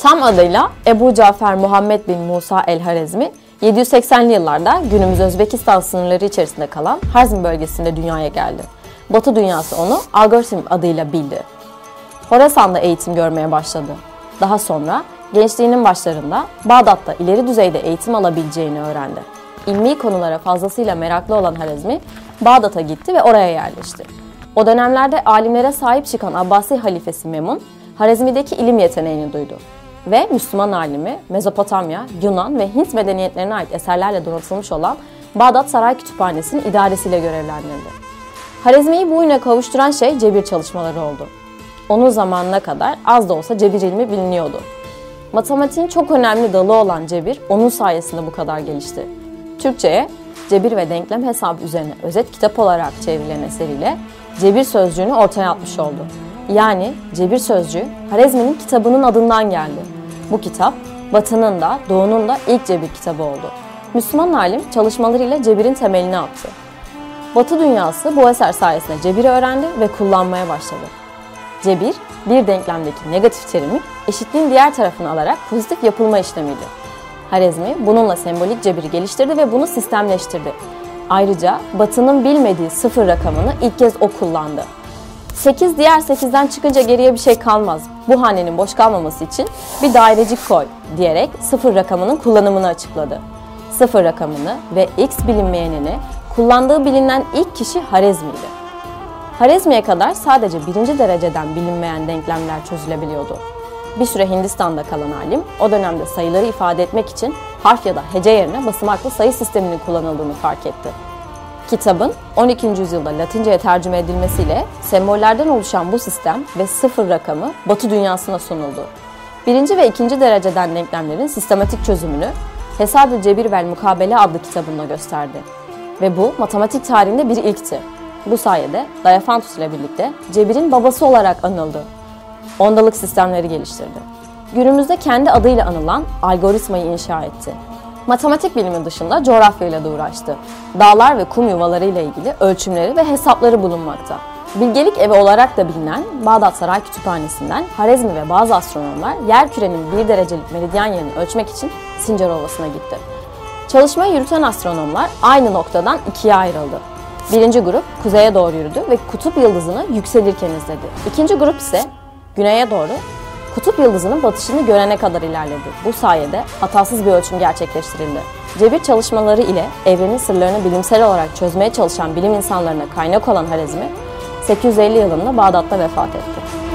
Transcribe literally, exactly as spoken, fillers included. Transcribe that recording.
Tam adıyla Ebu Cafer Muhammed bin Musa el-Harezmi, yedi yüz seksenli yıllarda günümüz Özbekistan sınırları içerisinde kalan Harzm bölgesinde dünyaya geldi. Batı dünyası onu algoritm adıyla bildi. Horasan'da eğitim görmeye başladı. Daha sonra gençliğinin başlarında Bağdat'ta ileri düzeyde eğitim alabileceğini öğrendi. İlmi konulara fazlasıyla meraklı olan Harezmi, Bağdat'a gitti ve oraya yerleşti. O dönemlerde alimlere sahip çıkan Abbasi halifesi Memun, Harezmi'deki ilim yeteneğini duydu ve Müslüman alimi Mezopotamya, Yunan ve Hint medeniyetlerine ait eserlerle donatılmış olan Bağdat Saray Kütüphanesi'nin idaresiyle görevlendirildi. Harezmi'yi bu üne kavuşturan şey cebir çalışmaları oldu. Onun zamanına kadar az da olsa cebir ilmi biliniyordu. Matematiğin çok önemli dalı olan cebir onun sayesinde bu kadar gelişti. Türkçe'ye cebir ve denklem hesabı üzerine özet kitap olarak çevrilen eseriyle cebir sözcüğünü ortaya atmış oldu. Yani cebir sözcüğü Harezmi'nin kitabının adından geldi. Bu kitap Batı'nın da Doğu'nun da ilk cebir kitabı oldu. Müslüman alim çalışmalarıyla cebirin temelini attı. Batı dünyası bu eser sayesinde cebiri öğrendi ve kullanmaya başladı. Cebir, bir denklemdeki negatif terimi eşitliğin diğer tarafını alarak pozitif yapılma işlemiydi. Harezmi bununla sembolik cebiri geliştirdi ve bunu sistemleştirdi. Ayrıca Batı'nın bilmediği sıfır rakamını ilk kez o kullandı. sekiz diğer sekizden çıkınca geriye bir şey kalmaz. Bu hanenin boş kalmaması için bir dairecik koy diyerek sıfır rakamının kullanımını açıkladı. Sıfır rakamını ve x bilinmeyenini kullandığı bilinen ilk kişi Harezmi'ydi. Harezmi'ye kadar sadece birinci dereceden bilinmeyen denklemler çözülebiliyordu. Bir süre Hindistan'da kalan alim, o dönemde sayıları ifade etmek için harf ya da hece yerine basamaklı sayı sisteminin kullanıldığını fark etti. Kitabın on ikinci yüzyılda Latince'ye tercüme edilmesiyle sembollerden oluşan bu sistem ve sıfır rakamı Batı dünyasına sunuldu. Birinci ve ikinci dereceden denklemlerin sistematik çözümünü Hesab-ı Cebir vel Mukabele adlı kitabında gösterdi. Ve bu matematik tarihinde bir ilkti. Bu sayede Diophantus ile birlikte cebirin babası olarak anıldı. Ondalık sistemleri geliştirdi. Günümüzde kendi adıyla anılan algoritmayı inşa etti. Matematik bilimi dışında coğrafyayla da uğraştı. Dağlar ve kum yuvaları ile ilgili ölçümleri ve hesapları bulunmakta. Bilgelik evi olarak da bilinen Bağdat Saray Kütüphanesi'nden Harezmi ve bazı astronomlar yerkürenin bir derecelik meridyen yerini ölçmek için Sincar Ovası'na gitti. Çalışmayı yürüten astronomlar aynı noktadan ikiye ayrıldı. Birinci grup kuzeye doğru yürüdü ve kutup yıldızını yükselirken izledi. İkinci grup ise güneye doğru kutup yıldızının batışını görene kadar ilerledi. Bu sayede hatasız bir ölçüm gerçekleştirildi. Cebir çalışmaları ile evrenin sırlarını bilimsel olarak çözmeye çalışan bilim insanlarına kaynak olan Harezmi, sekiz yüz elli yılında Bağdat'ta vefat etti.